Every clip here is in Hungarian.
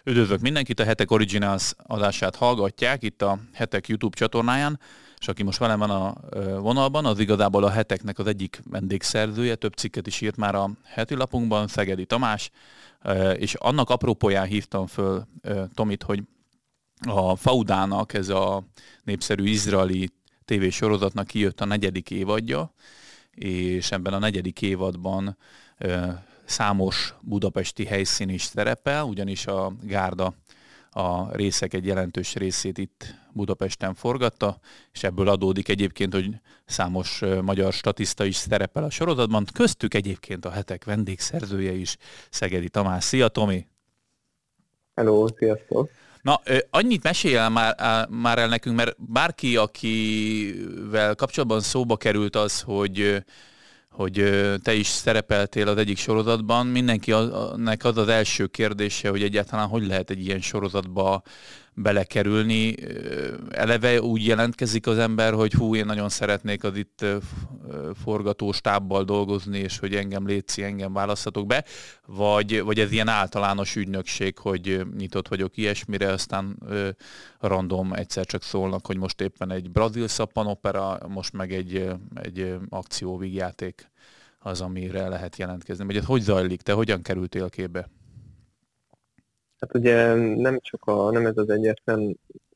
Üdvözlök mindenkit, a Hetek Originals adását hallgatják itt a Hetek YouTube csatornáján, és aki most velem van a vonalban, az igazából a Heteknek az egyik vendégszerzője, több cikket is írt már a heti lapunkban, Szegedi Tamás, és annak apropóján hívtam föl Tomit, hogy a Faudának, ez a népszerű izraeli tévésorozatnak kijött a 4. évadja, és ebben a 4. évadban számos budapesti helyszín is szerepel, ugyanis a Gárda a részek egy jelentős részét itt Budapesten forgatta, és ebből adódik egyébként, hogy számos magyar statiszta is szerepel a sorozatban, köztük egyébként a Hetek vendégszerzője is, Szegedi Tamás. Szia, Tomi! Hello, sziasztok! Na, annyit mesélj el már el nekünk, mert bárki, akivel kapcsolatban szóba került az, hogy te is szerepeltél az egyik sorozatban, mindenkinek az az első kérdése, hogy egyáltalán hogy lehet egy ilyen sorozatba belekerülni. Eleve úgy jelentkezik az ember, hogy én nagyon szeretnék az itt forgatóstábbal dolgozni, és hogy engem választhatok be, vagy ez ilyen általános ügynökség, hogy nyitott vagyok ilyesmire, aztán random egyszer csak szólnak, hogy most éppen egy brazil szappanopera, most meg egy akcióvígjáték az, amire lehet jelentkezni. Vagy ez hogy zajlik? Te hogyan kerültél képbe? Hát ugye nem ez az egyetlen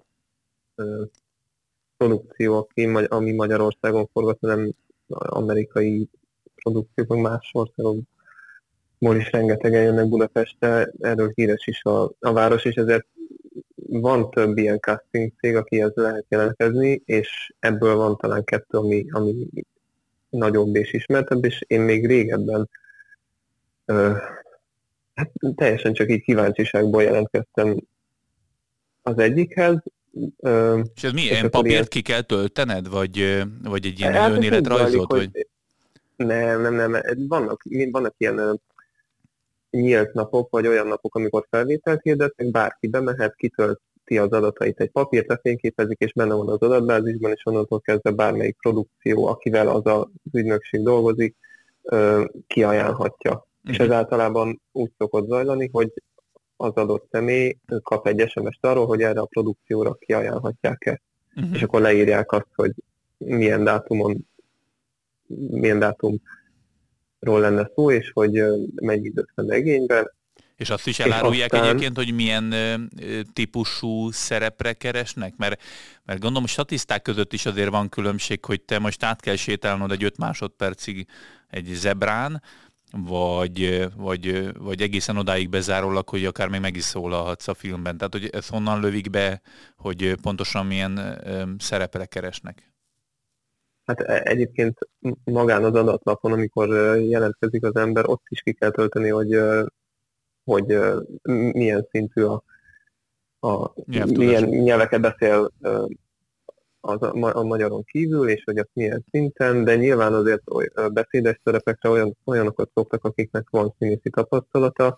produkció, ami Magyarországon forgat, hanem amerikai produkciók, meg más országokból is rengetegen jönnek Budapestre, erről híres is a város, és ezért van több ilyen casting cég, akihez lehet jelentkezni, és ebből van talán 2, ami nagyobb és ismertebb, és én még régebben hát teljesen csak így kíváncsiságból jelentkeztem az egyikhez. És ez mi? Ilyen papírt ki kell töltened? Vagy egy ilyen hát önéletrajzot? Vagy... Nem. Vannak ilyen nyílt napok, vagy olyan napok, amikor felvételt hirdetnek, bárki bemehet, kitölti az adatait egy papírt, lefényképezik, és benne van az adatbázisban, és onnantól kezdve bármelyik produkció, akivel az az ügynökség dolgozik, kiajánlhatja. És ez általában úgy szokott zajlani, hogy az adott személy kap egy SMS-t arról, hogy erre a produkcióra kiajánlhatják-e. És akkor leírják azt, hogy milyen dátumról lenne szó, és hogy mennyi időt venne igénybe. És azt is elárulják egyébként, hogy milyen típusú szerepre keresnek? Mert gondolom, statiszták között is azért van különbség, hogy te most át kell sétálnod egy 5 másodpercig egy zebrán, vagy egészen odáig bezárólag, hogy akár még meg is szólalhatsz a filmben. Tehát, hogy ezt honnan lövik be, hogy pontosan milyen szerepre keresnek? Hát egyébként magán az adatlapon, amikor jelentkezik az ember, ott is ki kell tölteni, hogy milyen szintű milyen nyelveket beszél a magyaron kívül, és hogy azt milyen szinten, de nyilván azért beszédes szerepekre olyanokat szoktak, akiknek van színészi tapasztalata,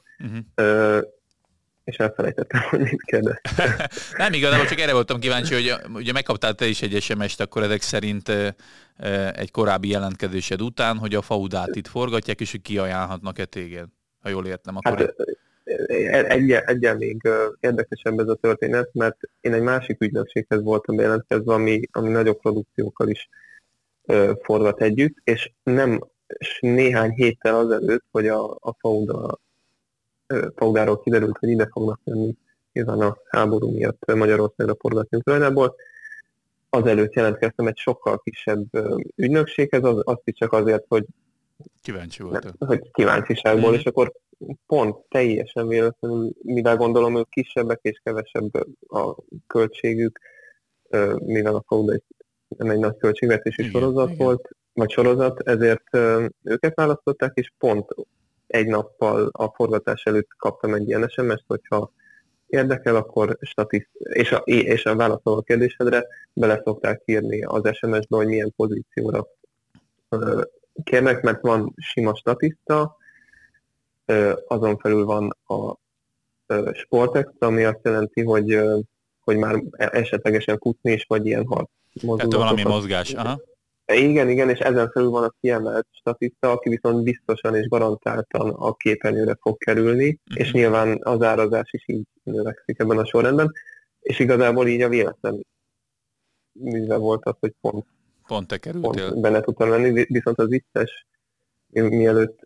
és elfelejtettem, hogy mit kérdeztem. Nem igazából, csak erre voltam kíváncsi, hogy ugye megkaptál te is egy SMS-t, akkor ezek szerint egy korábbi jelentkezésed után, hogy a Faudát itt forgatják, és hogy kiajánlhatnak-e téged, ha jól értem. Akkor hát egyen még érdekesebb ez a történet, mert én egy másik ügynökséghez voltam bejelentkezve, ami nagyobb produkciókkal is forgat együtt, és néhány héttel azelőtt, hogy a Faudáról kiderült, hogy ide fognak jönni, nyilván a háború miatt Magyarországra forgatni Ukrajnából, azelőtt jelentkeztem egy sokkal kisebb ügynökséghez, azt is csak azért, hogy kíváncsi voltam. Hogy kíváncsiságból, és akkor pont teljesen véletlenül, mivel gondolom ők kisebbek és kevesebb a költségük, mivel a Fauda nem egy nagy költségvetésű sorozat volt, vagy sorozat, ezért őket választották, és pont egy nappal a forgatás előtt kaptam egy ilyen SMS-t, hogyha érdekel, akkor és a válaszoló kérdésedre bele szokták írni az SMS-be, hogy milyen pozícióra kérnek, mert van sima statiszta, azon felül van a sportextra, ami azt jelenti, hogy már esetlegesen futni is, vagy ilyen harc mozdulatokat. Tehát valami mozgás, aha. Igen, és ezen felül van a kiemelt statiszta, aki viszont biztosan és garantáltan a képernyőre fog kerülni, és nyilván az árazás is így növekszik ebben a sorrendben, és igazából így a véletlen műve volt az, hogy Pont te kerültél. Pont benne tudtam lenni, viszont az vicces, mielőtt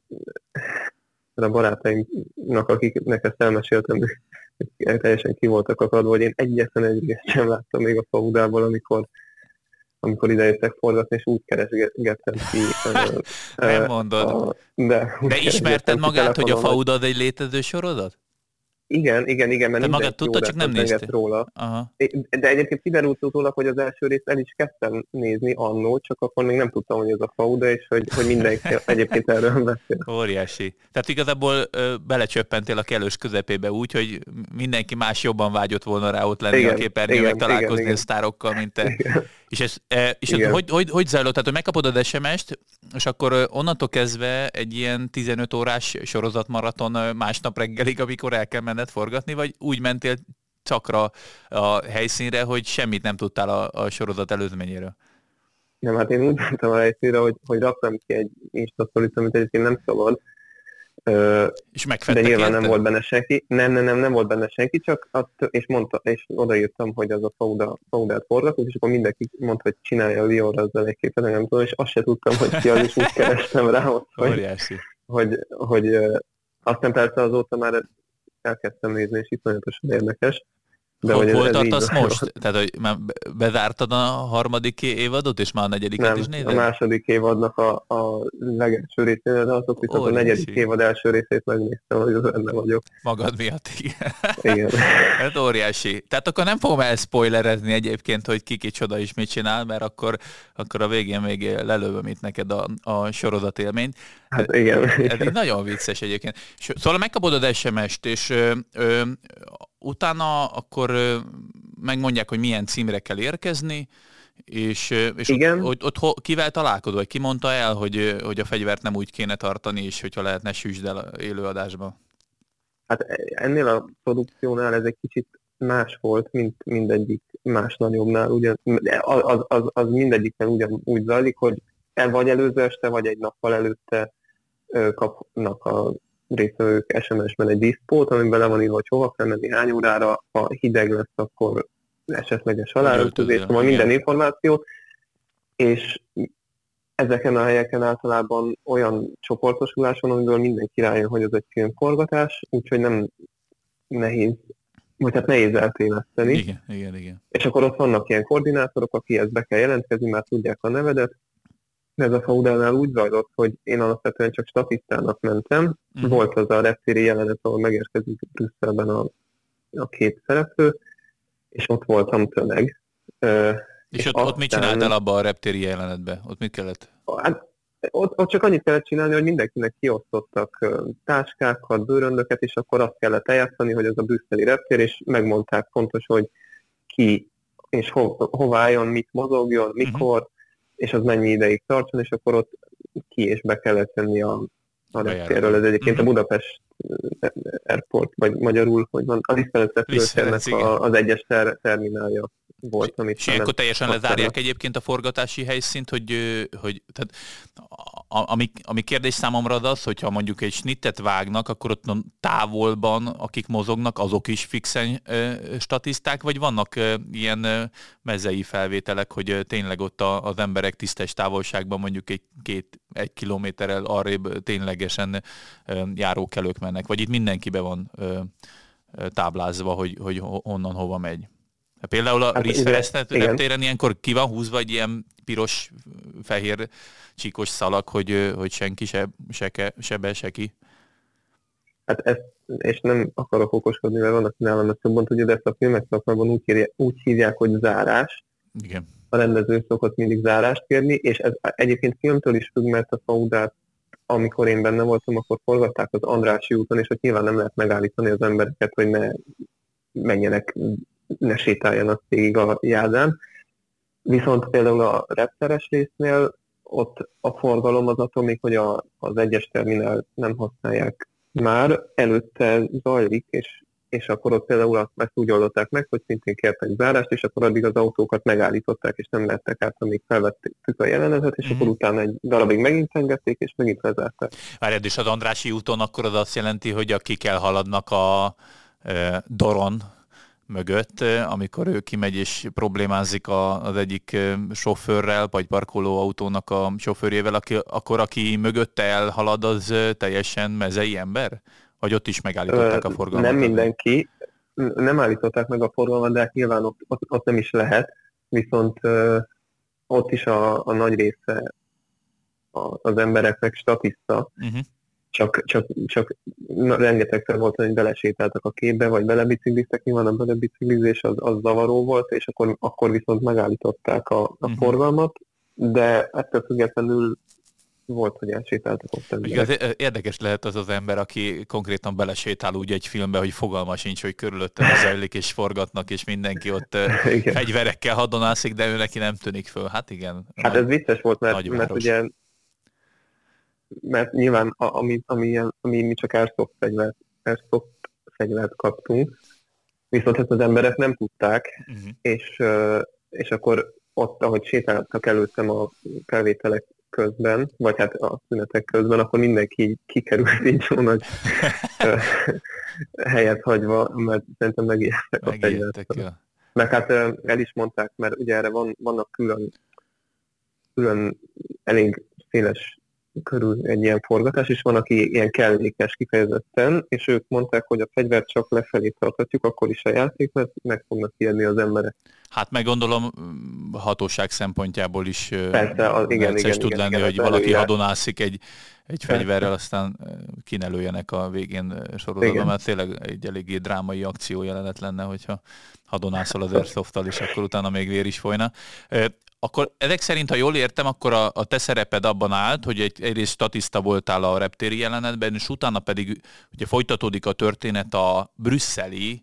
a barátaimnak, akiknek ezt elmeséltem, teljesen ki voltak akadva, hogy én egyetlen egy részt sem láttam még a Faudából, amikor idejöttek forgatni, és úgy keresgettem ki. Nem mondod. De ismerted magát, hogy a Fauda egy létező sorozat? Igen, mert magad tudtad, csak nem néztél róla. Aha. De egyébként kiderült utólag, hogy az első részt el is kezdtem nézni annól, csak akkor még nem tudtam, hogy ez a Fauda, és hogy mindenki egyébként erről beszél. Óriási. Tehát igazából belecsöppentél a kellős közepébe úgy, hogy mindenki más jobban vágyott volna rá ott lenni a képernyőn, meg találkozni a sztárokkal, mint te. Igen. És hogy zajlott? Tehát, hogy megkapod az SMS-t, és akkor onnantól kezdve egy ilyen 15 órás sorozatmaraton másnap reggelig, amikor el kell menned forgatni, vagy úgy mentél csakra a helyszínre, hogy semmit nem tudtál a sorozat előzményéről? Nem, hát én úgy mentem a helyszínre, hogy raktam ki egy Insta-sztorit, amit egyébként nem szabad. És megfettek de nyilván érte? nem volt benne senki. Nem volt benne senki, csak és odaírtam, hogy az a Faudát forgatunk, és akkor mindenki mondta, hogy csinálja a Lionra ezzel egy képet, nem tudom, és azt se tudtam, hogy ki az, és úgy kerestem rá ott, hogy aztán persze azóta már elkezdtem nézni, és iszonyatosan érdekes. De hol tartasz most? Tehát, hogy már bezártad a harmadik évadot, és már a negyediket is nézed? Nem, a második évadnak a legelső részén, de azok viszont a negyedik évad első részét megnéztem, hogy az benne vagyok. Magad miatt, igen. Ez óriási. Tehát akkor nem fogom elspoilerezni egyébként, hogy ki kicsoda is mit csinál, mert akkor a végén még lelövöm itt neked a sorozat élményt. Hát igen. Ez így nagyon vicces egyébként. Szóval megkapod az SMS-t, és utána akkor megmondják, hogy milyen címre kell érkezni, és ott kivel találkozol, vagy ki mondta el, hogy a fegyvert nem úgy kéne tartani, és hogyha lehetne süsd el élőadásba? Hát ennél a produkciónál ez egy kicsit más volt, mint mindegyik más nagyobbnál. Az mindegyikben ugyanúgy zajlik, hogy vagy előző este, vagy egy nappal előtte kapnak a résztvevők SMS-ben egy diszpót, amiben le van írva, hogy hova kell menni, hány órára, ha hideg lesz, akkor esetleges halálöltözés, majd minden információt, és ezeken a helyeken általában olyan csoportosulás van, amiből mindenki rájön, hogy ez egy filmforgatás, úgyhogy nem nehéz, vagy hát nehéz eltéveszteni. Igen. És akkor ott vannak ilyen koordinátorok, akihez be kell jelentkezni, már tudják a nevedet. Ez a Faudánál úgy zajlott, hogy én alapvetően csak statisztának mentem. Volt az a reptéri jelenet, ahol megérkezik Brüsszelben a két szereplő, és ott voltam tömeg. És ott mit csináltál abban a reptéri jelenetben? Ott mit kellett? Hát, ott csak annyit kellett csinálni, hogy mindenkinek kiosztottak táskákat, bőröndöket, és akkor azt kellett eljátszani, hogy az a brüsszeli reptér, és megmondták pontos, hogy ki és hova álljon, mit mozogjon, mikor, és az mennyi ideig tartson, és akkor ott ki és be kellett tenni a reptérről. Ez egyébként a Budapest Airport, vagy magyarul, hogy van, a Liszt-repülőtérnek az egyes terminálja volt. És ilyenkor teljesen lezárják egyébként a forgatási helyszínt, hogy tehát, ami kérdés számomra az, hogyha mondjuk egy snittet vágnak, akkor ott távolban, akik mozognak, azok is fixen statiszták, vagy vannak ilyen mezei felvételek, hogy tényleg ott az emberek tisztes távolságban mondjuk egy kilométerrel arrébb ténylegesen járókelők mennek, vagy itt mindenkibe van táblázva, hogy honnan hova megy. Például a Rízferesztett reptéren ilyenkor ki van húzva egy ilyen piros-fehér csíkos szalag, hogy senki se ki? Hát és nem akarok okoskodni, mert vannak nálam ezt jobban tudja, de ezt a filmek szakmában úgy hívják, hogy zárás. Igen. A rendező szokott mindig zárást kérni, és ez egyébként filmtől is függ, mert a Faudát, amikor én benne voltam, akkor forgatták az Andrássy úton, és ott nyilván nem lehet megállítani az embereket, hogy ne menjenek, ne sétáljanak végig a jádán. Viszont például a repteres résznél ott a forgalom az attól még, hogy az egyes terminál nem használják már, előtte zajlik, és és akkor ott például ezt úgy oldották meg, hogy szintén kértek zárást, és akkor addig az autókat megállították, és nem lettek át, amíg felvettük a jelenetet, és akkor utána egy darabig megint engedték, és megint lezárták. Várjad, és az Andrássy úton akkor az azt jelenti, hogy akik elhaladnak a Doron mögött, amikor ő kimegy és problémázik az egyik sofőrrel, vagy parkolóautónak a sofőrjével, akkor aki mögötte elhalad, az teljesen mezei ember? Vagy ott is megállították a forgalmat? Nem mindenki, nem állították meg a forgalmat, de hát nyilván ott nem is lehet, viszont ott is a nagy része az embereknek statiszta, csak rengetegszer volt, hogy belesétáltak a képbe, vagy belebicikliztek, nyilván a belebiciklizés az zavaró volt, és akkor viszont megállították a forgalmat, de ettől függetlenül volt, hogy elsétáltak ott emberek. Érdekes lehet az ember, aki konkrétan belesétál úgy egy filmbe, hogy fogalma sincs, hogy körülötte zajlik, és forgatnak, és mindenki ott fegyverekkel hadonászik, de ő neki nem tűnik föl. Hát igen. Hát ez vicces volt, mert ugye mert nyilván ami mi csak airsoft fegyvert kaptunk, viszont ezt az emberek nem tudták, és akkor ott, ahogy sétáltak előttem a felvételek közben, vagy hát a szünetek közben, akkor mindenki kikerült így jó nagy helyet hagyva, mert szerintem megijedtek a fegyvert. Meg hát el is mondták, mert ugye erre vannak külön elég széles körül egy ilyen forgatás, és van, aki ilyen kellékes kifejezetten, és ők mondták, hogy a fegyvert csak lefelé tartatjuk, akkor is a játék, mert meg fognak ijedni az emberek. Hát meg gondolom hatóság szempontjából is persze, igen, tud lenni, hogy valaki hadonászik egy fegyverrel, aztán kinelőjenek a végén sorozatban, mert tényleg egy eléggé drámai akció jelenet lenne, hogyha hadonászol az airsofttal, és akkor utána még vér is folyna. Akkor ezek szerint, ha jól értem, akkor a te szereped abban állt, hogy egyrészt statiszta voltál a reptéri jelenetben, és utána pedig ugye folytatódik a történet a brüsszeli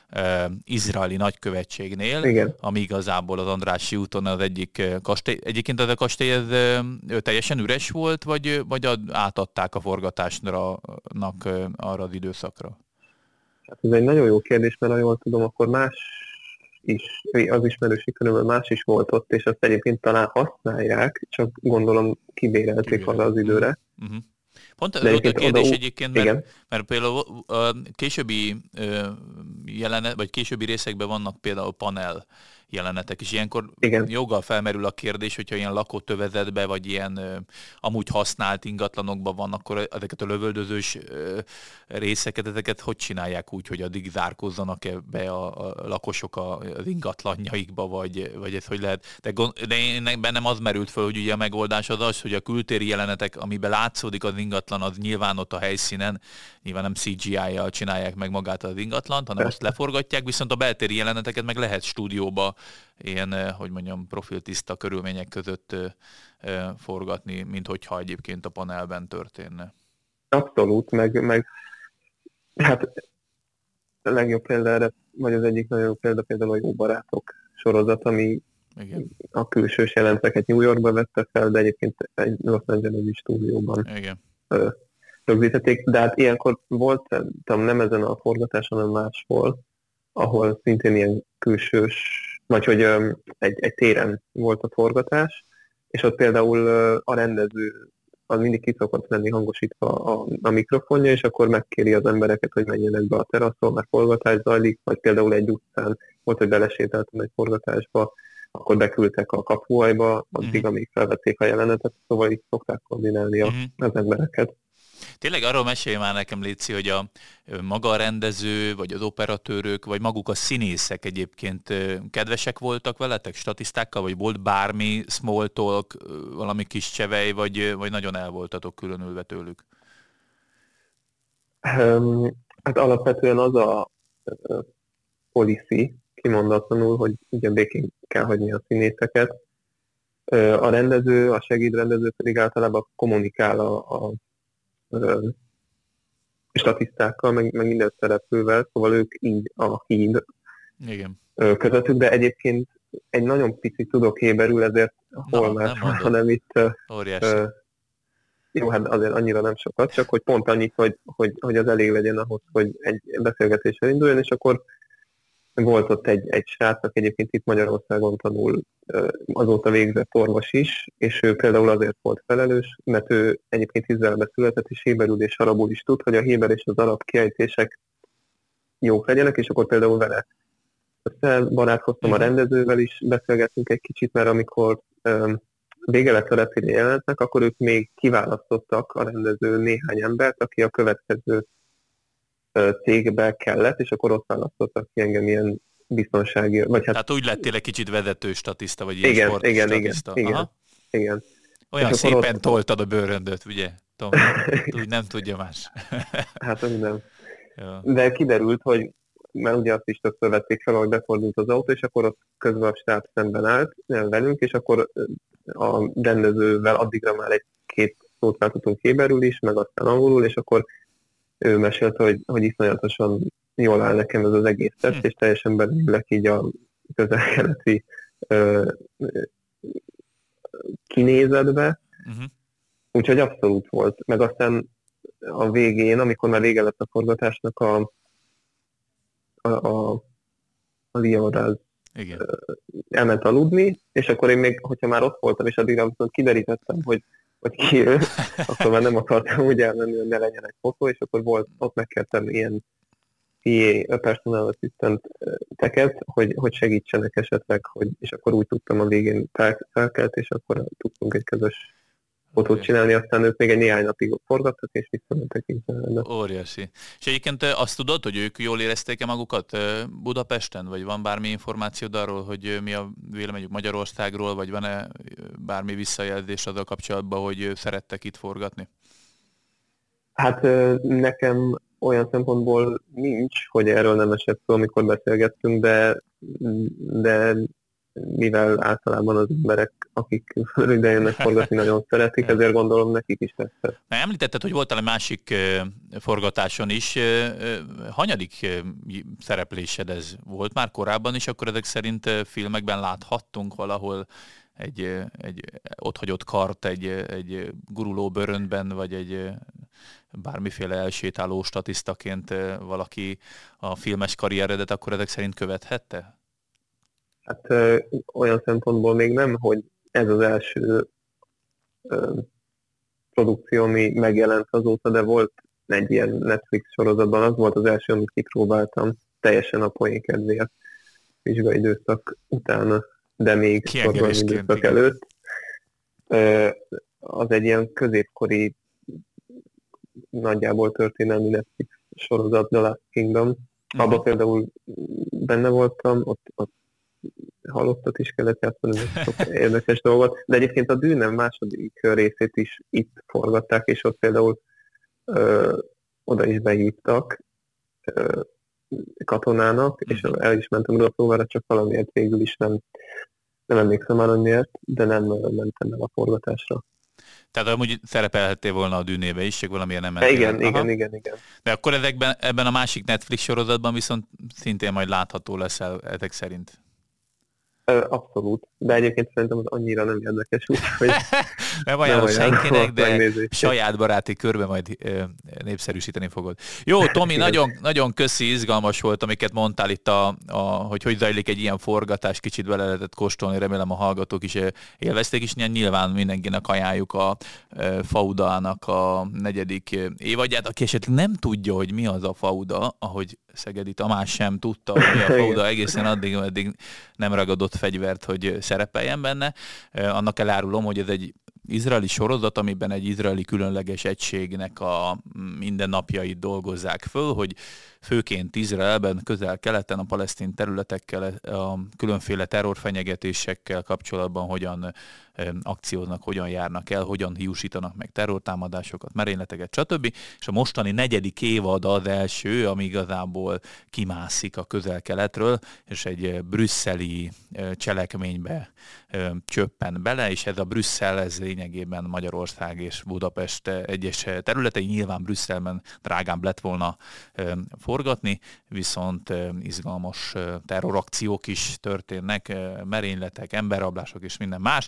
izraeli nagykövetségnél, igen, ami igazából az Andrássy úton az egyik kastély. Egyébként ez a kastély ez teljesen üres volt, vagy átadták a forgatásnak arra az időszakra? Hát ez egy nagyon jó kérdés, mert ha jól tudom, akkor más is, az ismerősi körülbelül más is volt ott, és azt egyébként talán használják, csak gondolom kibérelték arra az időre. Pont ez volt a kérdés egyébként, mert például a későbbi jelenet, vagy későbbi részekben vannak például panel jelenetek, és ilyenkor joggal felmerül a kérdés, hogyha ilyen lakótövezetben, vagy ilyen amúgy használt ingatlanokban van, akkor ezeket a lövöldözős részeket, ezeket hogy csinálják úgy, hogy addig zárkózzanak be a lakosok az ingatlanjaikba, vagy ez hogy lehet? De én bennem az merült föl, hogy ugye a megoldás az, hogy a kültéri jelenetek, amiben látszódik az ingatlan, az nyilván ott a helyszínen, nyilván nem CGI-jal csinálják meg magát az ingatlant, hanem azt leforgatják, viszont a beltéri jeleneteket meg lehet stúdióba ilyen, hogy mondjam, profiltiszta körülmények között forgatni, mint hogyha egyébként a panelben történne. Abszolút, meg hát a legjobb példa erre, vagy az egyik nagyon jó példa például a Jó barátok sorozat, ami a külsős jelenteket New Yorkba vette fel, de egyébként egy Los Angeles-i stúdióban rögzítették, de hát ilyenkor volt, nem ezen a forgatáson, hanem máshol, ahol szintén ilyen külsős, vagy hogy egy téren volt a forgatás, és ott például a rendező az mindig ki szokott lenni hangosítva a mikrofonja, és akkor megkéri az embereket, hogy menjenek be a teraszon, mert forgatás zajlik, vagy például egy utcán volt, hogy belesétáltam egy forgatásba, akkor beküldtek a kapuajba, addig, amíg felvették a jelenetet, szóval így szokták koordinálni az embereket. Tényleg arról mesélj már nekem, Léci, hogy a maga a rendező, vagy az operatőrök, vagy maguk a színészek egyébként kedvesek voltak veletek, statisztákkal, vagy volt bármi small talk, valami kis csevej, vagy nagyon el voltatok különülve tőlük? Hát alapvetően az a policy kimondatlanul, hogy ugye békén kell hagyni a színészeket. A rendező, a segédrendező pedig általában kommunikál a statisztákkal, meg minden szereplővel, szóval ők így a híd közöttük, de egyébként egy nagyon picit tudok héberül, ezért hol más, hanem itt Jó, hát azért annyira nem sokat, csak hogy pont annyit, hogy az elég legyen ahhoz, hogy egy beszélgetéssel induljon, és akkor volt ott egy srác, aki egyébként itt Magyarországon tanul, azóta végzett orvos is, és ő például azért volt felelős, mert ő egyébként Izraelbe született, és héberül és arabul is tud, hogy a héber és az arab kiejtések jók legyenek, és akkor például vele összebarátkoztam, a rendezővel is beszélgettünk egy kicsit, mert amikor vége lett a repülő jelenetnek, akkor ők még kiválasztottak, a rendező néhány embert, aki a következő cégbe kellett, és akkor ott választottak ki engem ilyen biztonsági... Vagy hát... Tehát úgy lettél egy kicsit vezető statiszta, vagy ilyen sportstatiszta. Igen. Olyan szépen ott... toltad a bőröndöt, ugye? Tom, úgy nem tudja más. Hát úgy nem. Ja. De kiderült, hogy mert ugye azt is többször vették fel, hogy befordult az autó, és akkor ott közben a srác szemben állt velünk, és akkor a rendezővel addigra már egy-két szót váltottunk héberül is, meg aztán angolul, és akkor ő mesélte, hogy iszonyatosan jól áll nekem ez az egész test, és teljesen belőlek így a közel-keleti kinézetbe. Úgyhogy abszolút volt. Meg aztán a végén, amikor már vége lett a forgatásnak, a Lioráz elment aludni, és akkor én még, hogyha már ott voltam, és addigra viszont kiderítettem, hogy ki ő, akkor már nem akartam úgy elmenni, hogy ne legyen egy fotó, és akkor ott megkértem ilyen PA, personal assistant-teket, hogy segítsenek esetleg, és akkor úgy tudtam a végén felkelt, és akkor tudtunk egy közös fotót csinálni, aztán ők még egy néhány napig forgattak, és visszamentek Izraelbe. Óriási. És egyébként azt tudod, hogy ők jól érezték-e magukat Budapesten, vagy van bármi információd arról, hogy mi a véleményük Magyarországról, vagy van-e bármi visszajelzés azzal kapcsolatban, hogy szerettek itt forgatni? Hát nekem olyan szempontból nincs, hogy erről nem esett szó, amikor beszélgettünk, de mivel általában az emberek, akik ide jönnek forgatni, nagyon szeretik, ezért gondolom nekik is lesz. Említetted, hogy voltál egy másik forgatáson is. Hanyadik szereplésed ez volt már korábban is, akkor ezek szerint filmekben láthattunk valahol egy otthagyott kart, egy guruló bőröndben, vagy egy bármiféle elsétáló statisztaként valaki a filmes karrieredet akkor ezek szerint követhette? Hát olyan szempontból még nem, hogy ez az első produkció, ami megjelent azóta, de volt egy ilyen Netflix sorozatban, az volt az első, amit kipróbáltam, teljesen a poén kedvéért vizsgai időszak utána, de még forgalmi időszak előtt. Az egy ilyen középkori, nagyjából történelmi Netflix sorozat, The Last Kingdom. Abban például benne voltam, ott halottat is kellett játszani, sok érdekes dolgot, de egyébként a Dűnem második részét is itt forgatták, és ott például oda is behívtak katonának, és el is mentem Udvarpróbára, csak valamiért végül is nem emlékszem már, hogy miért, de nem mentem el a forgatásra. Tehát amúgy szerepelhettél volna a Dűnébe is, csak valamiért nem mentél. Igen. De akkor ebben a másik Netflix sorozatban viszont szintén majd látható leszel ezek szerint. Abszolút, de egyébként szerintem az annyira nem érdekes, úgyhogy nem ajánlom senkinek, de saját baráti körbe majd népszerűsíteni fogod. Jó, Tomi, nagyon, nagyon köszi, izgalmas volt, amiket mondtál itt, hogy zajlik egy ilyen forgatás, kicsit bele lehetett kóstolni, remélem a hallgatók is élvezték, és nyilván mindenkinek ajánljuk a Faudának a 4. évadját, aki esetleg nem tudja, hogy mi az a Fauda, ahogy Szegedi Tamás sem tudta, hogy mi a Fauda, egészen addig nem ragadott fegyvert, hogy szerepeljen benne. Annak elárulom, hogy ez egy izraeli sorozat, amiben egy izraeli különleges egységnek a mindennapjait dolgozzák föl, hogy főként Izraelben, közel-keleten, a palesztin területekkel, a különféle terrorfenyegetésekkel kapcsolatban hogyan akcióznak, hogyan járnak el, hogyan hiúsítanak meg terrortámadásokat, merényleteket, stb. És a mostani 4. évad az első, ami igazából kimászik a közel-keletről, és egy brüsszeli cselekménybe csöppen bele, és ez a Brüsszel, ez lényegében Magyarország és Budapest egyes területei, nyilván Brüsszelben drágább lett volna forgatni, viszont izgalmas terrorakciók is történnek, merényletek, emberrablások és minden más,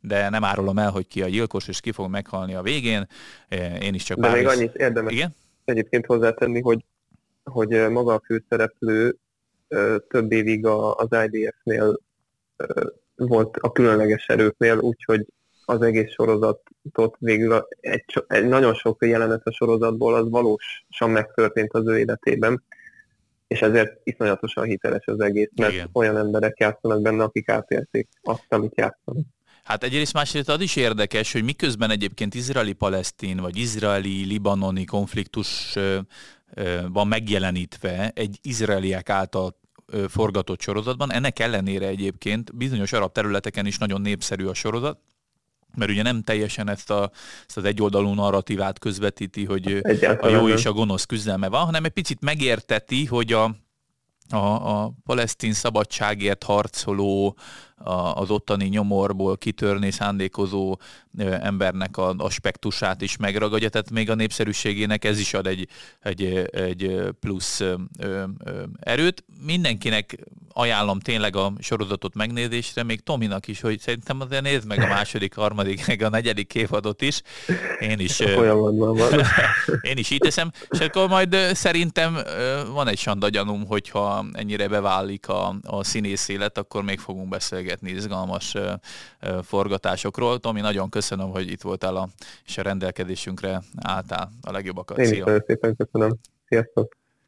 de nem árulom el, hogy ki a gyilkos, és ki fog meghalni a végén. Én is csak de még annyit érdemes igen? Egyébként hozzátenni, hogy maga a főszereplő több évig az IDF-nél volt a különleges erőknél, úgyhogy az egész sorozatot végül egy nagyon sok jelenet a sorozatból az valósan megtörtént az ő életében, és ezért iszonyatosan hiteles az egész, mert igen, olyan emberek játszanak benne, akik átélték azt, amit játszanak. Hát egyrészt másrészt az is érdekes, hogy miközben egyébként izraeli-palesztin vagy izraeli-libanoni konfliktus van megjelenítve egy izraeliek által forgatott sorozatban, ennek ellenére egyébként bizonyos arab területeken is nagyon népszerű a sorozat, mert ugye nem teljesen ezt az egyoldalú narratívát közvetíti, hogy a jó és a gonosz küzdelme van, hanem egy picit megérteti, hogy a palesztin szabadságért harcoló, az ottani nyomorból kitörni szándékozó embernek az aspektusát is megragadja, tehát még a népszerűségének ez is ad egy plusz erőt. Mindenkinek ajánlom tényleg a sorozatot megnézésre, még Tominak is, hogy szerintem azért nézd meg a második, harmadik, meg a negyedik évadot is. Én is én is így teszem, és akkor majd szerintem van egy sanda gyanúm, hogyha ennyire beválik a színész élet, akkor még fogunk beszélgetni izgalmas forgatásokról. Tomi, nagyon köszönöm, hogy itt voltál és a rendelkezésünkre álltál. A legjobbakat. Én is nagyon szépen köszönöm. Sziasztok!